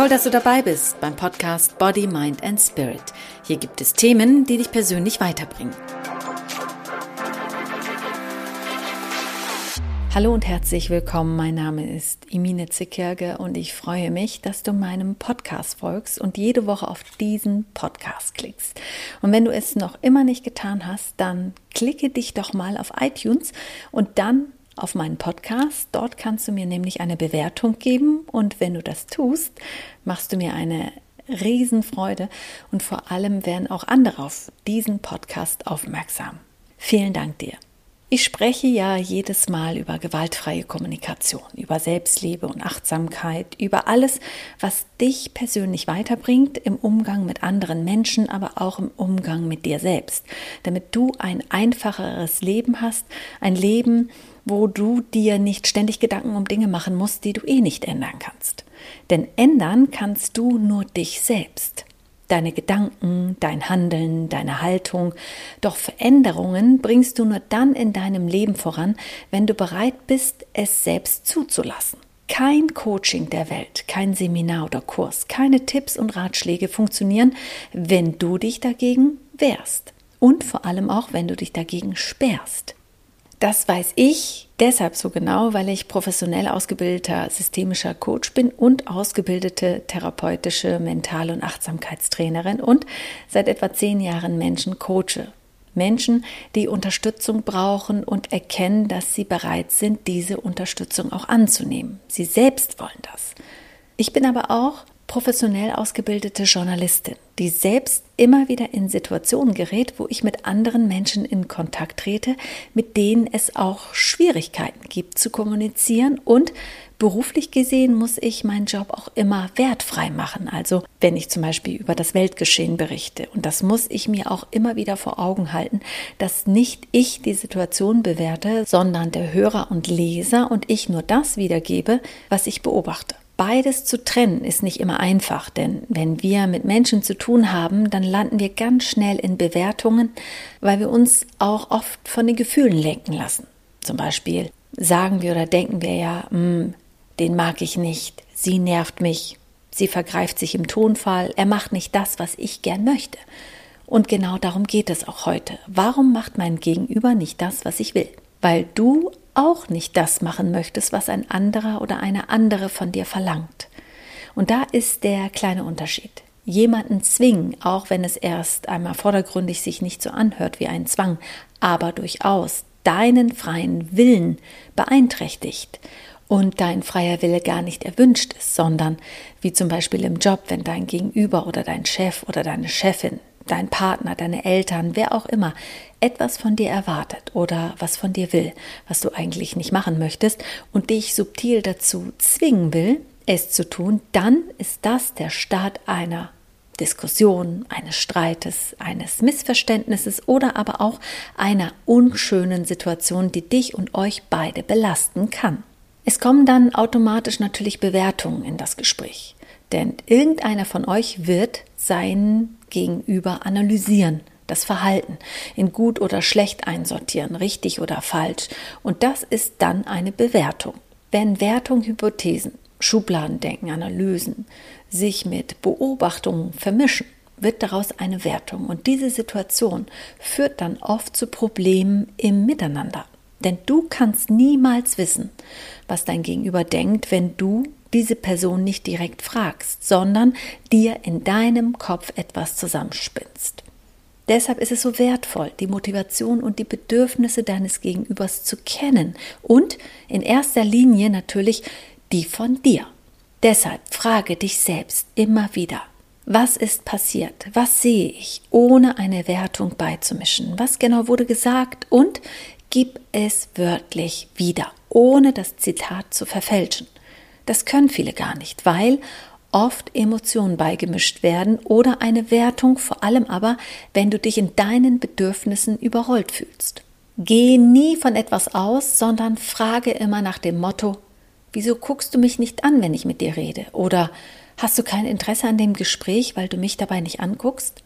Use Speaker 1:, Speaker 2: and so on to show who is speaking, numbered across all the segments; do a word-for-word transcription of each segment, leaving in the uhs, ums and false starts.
Speaker 1: Toll, dass du dabei bist beim Podcast Body, Mind and Spirit. Hier gibt es Themen, die dich persönlich weiterbringen. Hallo und herzlich willkommen, mein Name ist Imine Zickerge und ich freue mich, dass du meinem Podcast folgst und jede Woche auf diesen Podcast klickst. Und wenn du es noch immer nicht getan hast, dann klicke dich doch mal auf iTunes und dann auf meinen Podcast. Dort kannst du mir nämlich eine Bewertung geben und wenn du das tust, machst du mir eine Riesenfreude und vor allem werden auch andere auf diesen Podcast aufmerksam. Vielen Dank dir. Ich spreche ja jedes Mal über gewaltfreie Kommunikation, über Selbstliebe und Achtsamkeit, über alles, was dich persönlich weiterbringt im Umgang mit anderen Menschen, aber auch im Umgang mit dir selbst, damit du ein einfacheres Leben hast, ein Leben, wo du dir nicht ständig Gedanken um Dinge machen musst, die du eh nicht ändern kannst. Denn ändern kannst du nur dich selbst. Deine Gedanken, dein Handeln, deine Haltung. Doch Veränderungen bringst du nur dann in deinem Leben voran, wenn du bereit bist, es selbst zuzulassen. Kein Coaching der Welt, kein Seminar oder Kurs, keine Tipps und Ratschläge funktionieren, wenn du dich dagegen wehrst. Und vor allem auch, wenn du dich dagegen sperrst. Das weiß ich deshalb so genau, weil ich professionell ausgebildeter systemischer Coach bin und ausgebildete therapeutische Mental- und Achtsamkeitstrainerin und seit etwa zehn Jahren Menschen coache. Menschen, die Unterstützung brauchen und erkennen, dass sie bereit sind, diese Unterstützung auch anzunehmen. Sie selbst wollen das. Ich bin aber auch professionell ausgebildete Journalistin, die selbst immer wieder in Situationen gerät, wo ich mit anderen Menschen in Kontakt trete, mit denen es auch Schwierigkeiten gibt zu kommunizieren und beruflich gesehen muss ich meinen Job auch immer wertfrei machen. Also wenn ich zum Beispiel über das Weltgeschehen berichte und das muss ich mir auch immer wieder vor Augen halten, dass nicht ich die Situation bewerte, sondern der Hörer und Leser und ich nur das wiedergebe, was ich beobachte. Beides zu trennen ist nicht immer einfach, denn wenn wir mit Menschen zu tun haben, dann landen wir ganz schnell in Bewertungen, weil wir uns auch oft von den Gefühlen lenken lassen. Zum Beispiel sagen wir oder denken wir ja, den mag ich nicht, sie nervt mich, sie vergreift sich im Tonfall, er macht nicht das, was ich gern möchte. Und genau darum geht es auch heute. Warum macht mein Gegenüber nicht das, was ich will? Weil du auch nicht das machen möchtest, was ein anderer oder eine andere von dir verlangt. Und da ist der kleine Unterschied. Jemanden zwingen, auch wenn es erst einmal vordergründig sich nicht so anhört wie ein Zwang, aber durchaus deinen freien Willen beeinträchtigt und dein freier Wille gar nicht erwünscht ist, sondern wie zum Beispiel im Job, wenn dein Gegenüber oder dein Chef oder deine Chefin, dein Partner, deine Eltern, wer auch immer, etwas von dir erwartet oder was von dir will, was du eigentlich nicht machen möchtest und dich subtil dazu zwingen will, es zu tun, dann ist das der Start einer Diskussion, eines Streites, eines Missverständnisses oder aber auch einer unschönen Situation, die dich und euch beide belasten kann. Es kommen dann automatisch natürlich Bewertungen in das Gespräch, denn irgendeiner von euch wird sein Gegenüber analysieren, das Verhalten in gut oder schlecht einsortieren, richtig oder falsch. Und das ist dann eine Bewertung. Wenn Wertung, Hypothesen, Schubladendenken, Analysen sich mit Beobachtungen vermischen, wird daraus eine Wertung. Und diese Situation führt dann oft zu Problemen im Miteinander. Denn du kannst niemals wissen, was dein Gegenüber denkt, wenn du diese Person nicht direkt fragst, sondern dir in deinem Kopf etwas zusammenspinnst. Deshalb ist es so wertvoll, die Motivation und die Bedürfnisse deines Gegenübers zu kennen und in erster Linie natürlich die von dir. Deshalb frage dich selbst immer wieder, was ist passiert, was sehe ich, ohne eine Wertung beizumischen, was genau wurde gesagt und gib es wörtlich wieder, ohne das Zitat zu verfälschen. Das können viele gar nicht, weil oft Emotionen beigemischt werden oder eine Wertung, vor allem aber, wenn du dich in deinen Bedürfnissen überrollt fühlst. Geh nie von etwas aus, sondern frage immer nach dem Motto, wieso guckst du mich nicht an, wenn ich mit dir rede? Oder hast du kein Interesse an dem Gespräch, weil du mich dabei nicht anguckst?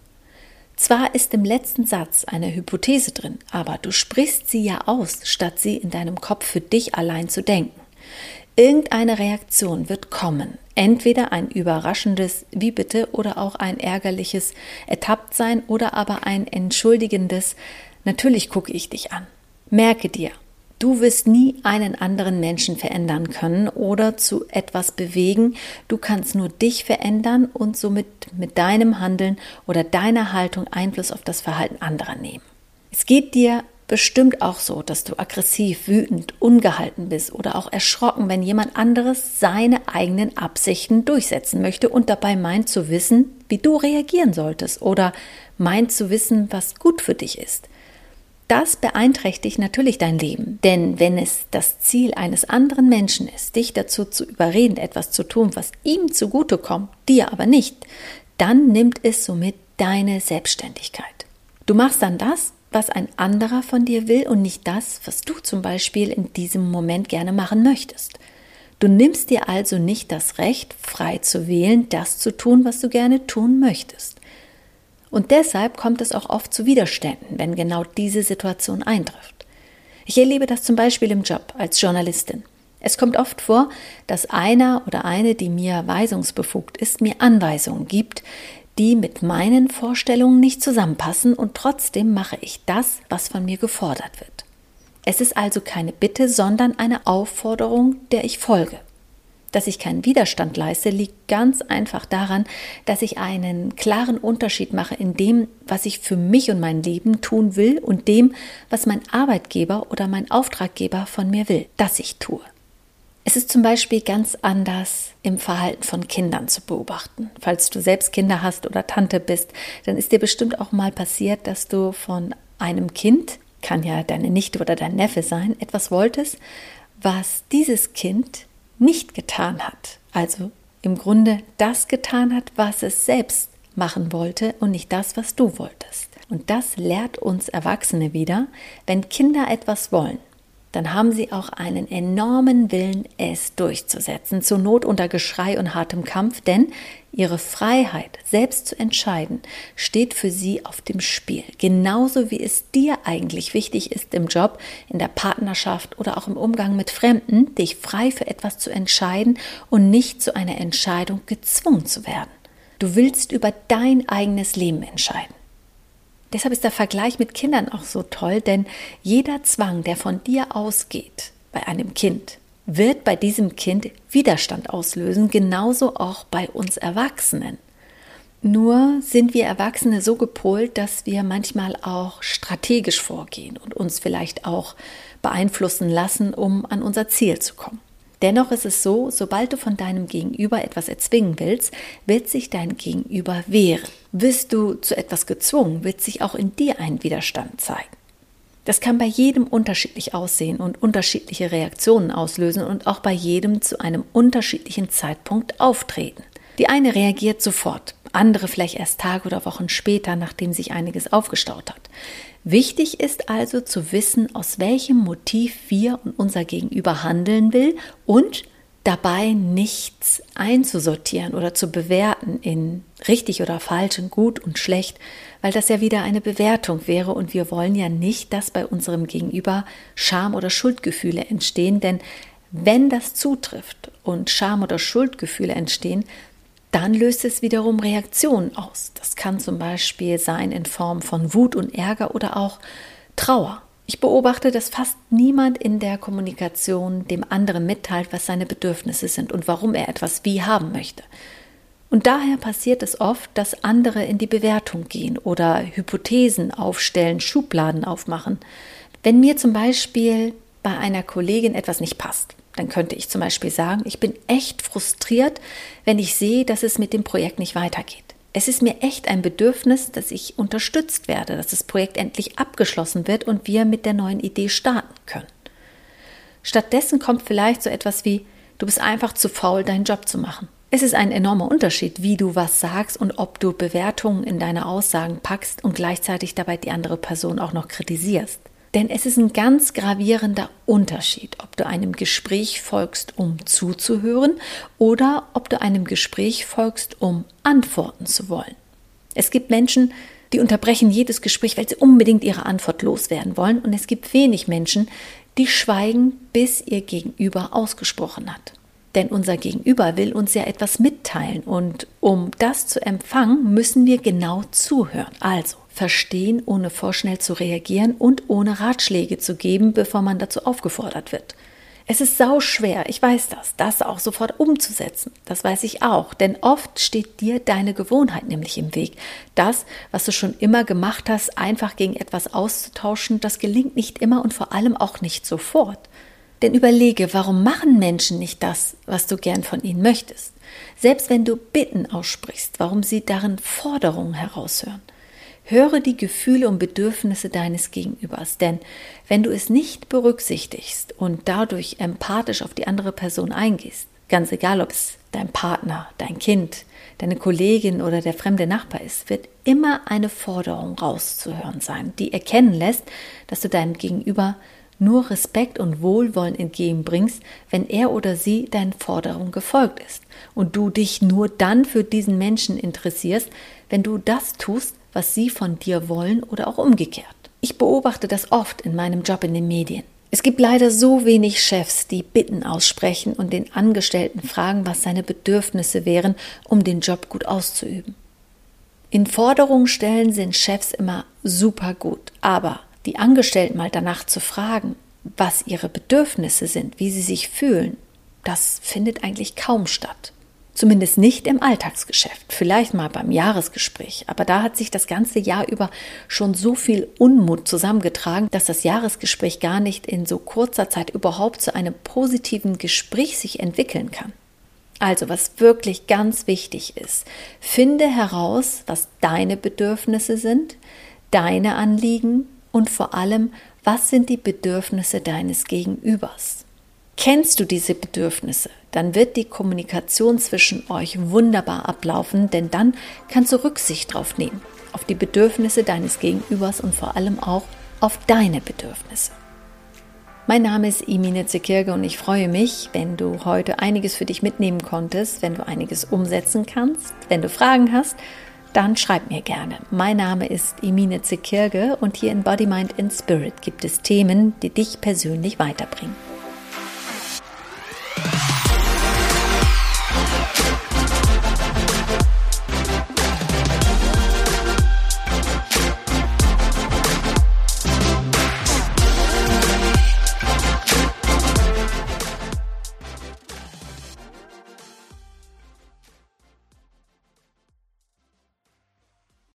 Speaker 1: Zwar ist im letzten Satz eine Hypothese drin, aber du sprichst sie ja aus, statt sie in deinem Kopf für dich allein zu denken. Irgendeine Reaktion wird kommen. Entweder ein überraschendes Wie bitte oder auch ein ärgerliches Ertapptsein oder aber ein entschuldigendes Natürlich gucke ich dich an. Merke dir, du wirst nie einen anderen Menschen verändern können oder zu etwas bewegen. Du kannst nur dich verändern und somit mit deinem Handeln oder deiner Haltung Einfluss auf das Verhalten anderer nehmen. Es geht dir bestimmt auch so, dass du aggressiv, wütend, ungehalten bist oder auch erschrocken, wenn jemand anderes seine eigenen Absichten durchsetzen möchte und dabei meint zu wissen, wie du reagieren solltest oder meint zu wissen, was gut für dich ist. Das beeinträchtigt natürlich dein Leben, denn wenn es das Ziel eines anderen Menschen ist, dich dazu zu überreden, etwas zu tun, was ihm zugutekommt, dir aber nicht, dann nimmt es somit deine Selbstständigkeit. Du machst dann das, was ein anderer von dir will und nicht das, was du zum Beispiel in diesem Moment gerne machen möchtest. Du nimmst dir also nicht das Recht, frei zu wählen, das zu tun, was du gerne tun möchtest. Und deshalb kommt es auch oft zu Widerständen, wenn genau diese Situation eintrifft. Ich erlebe das zum Beispiel im Job als Journalistin. Es kommt oft vor, dass einer oder eine, die mir weisungsbefugt ist, mir Anweisungen gibt, die mit meinen Vorstellungen nicht zusammenpassen und trotzdem mache ich das, was von mir gefordert wird. Es ist also keine Bitte, sondern eine Aufforderung, der ich folge. Dass ich keinen Widerstand leiste, liegt ganz einfach daran, dass ich einen klaren Unterschied mache in dem, was ich für mich und mein Leben tun will und dem, was mein Arbeitgeber oder mein Auftraggeber von mir will, dass ich tue. Es ist zum Beispiel ganz anders im Verhalten von Kindern zu beobachten. Falls du selbst Kinder hast oder Tante bist, dann ist dir bestimmt auch mal passiert, dass du von einem Kind, kann ja deine Nichte oder dein Neffe sein, etwas wolltest, was dieses Kind nicht getan hat. Also im Grunde das getan hat, was es selbst machen wollte und nicht das, was du wolltest. Und das lehrt uns Erwachsene wieder, wenn Kinder etwas wollen, dann haben sie auch einen enormen Willen, es durchzusetzen, zur Not unter Geschrei und hartem Kampf, denn ihre Freiheit, selbst zu entscheiden, steht für sie auf dem Spiel. Genauso wie es dir eigentlich wichtig ist im Job, in der Partnerschaft oder auch im Umgang mit Fremden, dich frei für etwas zu entscheiden und nicht zu einer Entscheidung gezwungen zu werden. Du willst über dein eigenes Leben entscheiden. Deshalb ist der Vergleich mit Kindern auch so toll, denn jeder Zwang, der von dir ausgeht, bei einem Kind, wird bei diesem Kind Widerstand auslösen, genauso auch bei uns Erwachsenen. Nur sind wir Erwachsene so gepolt, dass wir manchmal auch strategisch vorgehen und uns vielleicht auch beeinflussen lassen, um an unser Ziel zu kommen. Dennoch ist es so, sobald du von deinem Gegenüber etwas erzwingen willst, wird sich dein Gegenüber wehren. Wirst du zu etwas gezwungen, wird sich auch in dir ein Widerstand zeigen. Das kann bei jedem unterschiedlich aussehen und unterschiedliche Reaktionen auslösen und auch bei jedem zu einem unterschiedlichen Zeitpunkt auftreten. Die eine reagiert sofort, andere vielleicht erst Tage oder Wochen später, nachdem sich einiges aufgestaut hat. Wichtig ist also zu wissen, aus welchem Motiv wir und unser Gegenüber handeln will und dabei nichts einzusortieren oder zu bewerten in richtig oder falsch und gut und schlecht, weil das ja wieder eine Bewertung wäre und wir wollen ja nicht, dass bei unserem Gegenüber Scham- oder Schuldgefühle entstehen, denn wenn das zutrifft und Scham- oder Schuldgefühle entstehen, dann löst es wiederum Reaktionen aus. Das kann zum Beispiel sein in Form von Wut und Ärger oder auch Trauer. Ich beobachte, dass fast niemand in der Kommunikation dem anderen mitteilt, was seine Bedürfnisse sind und warum er etwas wie haben möchte. Und daher passiert es oft, dass andere in die Bewertung gehen oder Hypothesen aufstellen, Schubladen aufmachen. Wenn mir zum Beispiel bei einer Kollegin etwas nicht passt, dann könnte ich zum Beispiel sagen, ich bin echt frustriert, wenn ich sehe, dass es mit dem Projekt nicht weitergeht. Es ist mir echt ein Bedürfnis, dass ich unterstützt werde, dass das Projekt endlich abgeschlossen wird und wir mit der neuen Idee starten können. Stattdessen kommt vielleicht so etwas wie, du bist einfach zu faul, deinen Job zu machen. Es ist ein enormer Unterschied, wie du was sagst und ob du Bewertungen in deine Aussagen packst und gleichzeitig dabei die andere Person auch noch kritisierst. Denn es ist ein ganz gravierender Unterschied, ob du einem Gespräch folgst, um zuzuhören oder ob du einem Gespräch folgst, um antworten zu wollen. Es gibt Menschen, die unterbrechen jedes Gespräch, weil sie unbedingt ihre Antwort loswerden wollen und es gibt wenig Menschen, Die schweigen, bis ihr Gegenüber ausgesprochen hat. Denn unser Gegenüber will uns ja etwas mitteilen und um das zu empfangen, müssen wir genau zuhören. Also verstehen, ohne vorschnell zu reagieren und ohne Ratschläge zu geben, bevor man dazu aufgefordert wird. Es ist sauschwer, ich weiß das, das auch sofort umzusetzen. Das weiß ich auch, denn oft steht dir deine Gewohnheit nämlich im Weg. Das, was du schon immer gemacht hast, einfach gegen etwas auszutauschen, das gelingt nicht immer und vor allem auch nicht sofort. Denn überlege, warum machen Menschen nicht das, was du gern von ihnen möchtest? Selbst wenn du Bitten aussprichst, warum sie darin Forderungen heraushören. Höre die Gefühle und Bedürfnisse deines Gegenübers, denn wenn du es nicht berücksichtigst und dadurch empathisch auf die andere Person eingehst, ganz egal, ob es dein Partner, dein Kind, deine Kollegin oder der fremde Nachbar ist, wird immer eine Forderung rauszuhören sein, die erkennen lässt, dass du deinem Gegenüber nur Respekt und Wohlwollen entgegenbringst, wenn er oder sie deinen Forderungen gefolgt ist und du dich nur dann für diesen Menschen interessierst, wenn du das tust, was sie von dir wollen oder auch umgekehrt. Ich beobachte das oft in meinem Job in den Medien. Es gibt leider so wenig Chefs, die Bitten aussprechen und den Angestellten fragen, was seine Bedürfnisse wären, um den Job gut auszuüben. In Forderungen stellen sind Chefs immer super gut, aber die Angestellten mal danach zu fragen, was ihre Bedürfnisse sind, wie sie sich fühlen, das findet eigentlich kaum statt. Zumindest nicht im Alltagsgeschäft, vielleicht mal beim Jahresgespräch, aber da hat sich das ganze Jahr über schon so viel Unmut zusammengetragen, dass das Jahresgespräch gar nicht in so kurzer Zeit überhaupt zu einem positiven Gespräch sich entwickeln kann. Also, was wirklich ganz wichtig ist, finde heraus, was deine Bedürfnisse sind, deine Anliegen und vor allem, was sind die Bedürfnisse deines Gegenübers? Kennst du diese Bedürfnisse, dann wird die Kommunikation zwischen euch wunderbar ablaufen, denn dann kannst du Rücksicht drauf nehmen, auf die Bedürfnisse deines Gegenübers und vor allem auch auf deine Bedürfnisse. Mein Name ist Emine Zekirge und ich freue mich, wenn du heute einiges für dich mitnehmen konntest, wenn du einiges umsetzen kannst. Wenn du Fragen hast, dann schreib mir gerne. Mein Name ist Emine Zekirge und hier in Body, Mind and Spirit gibt es Themen, die dich persönlich weiterbringen.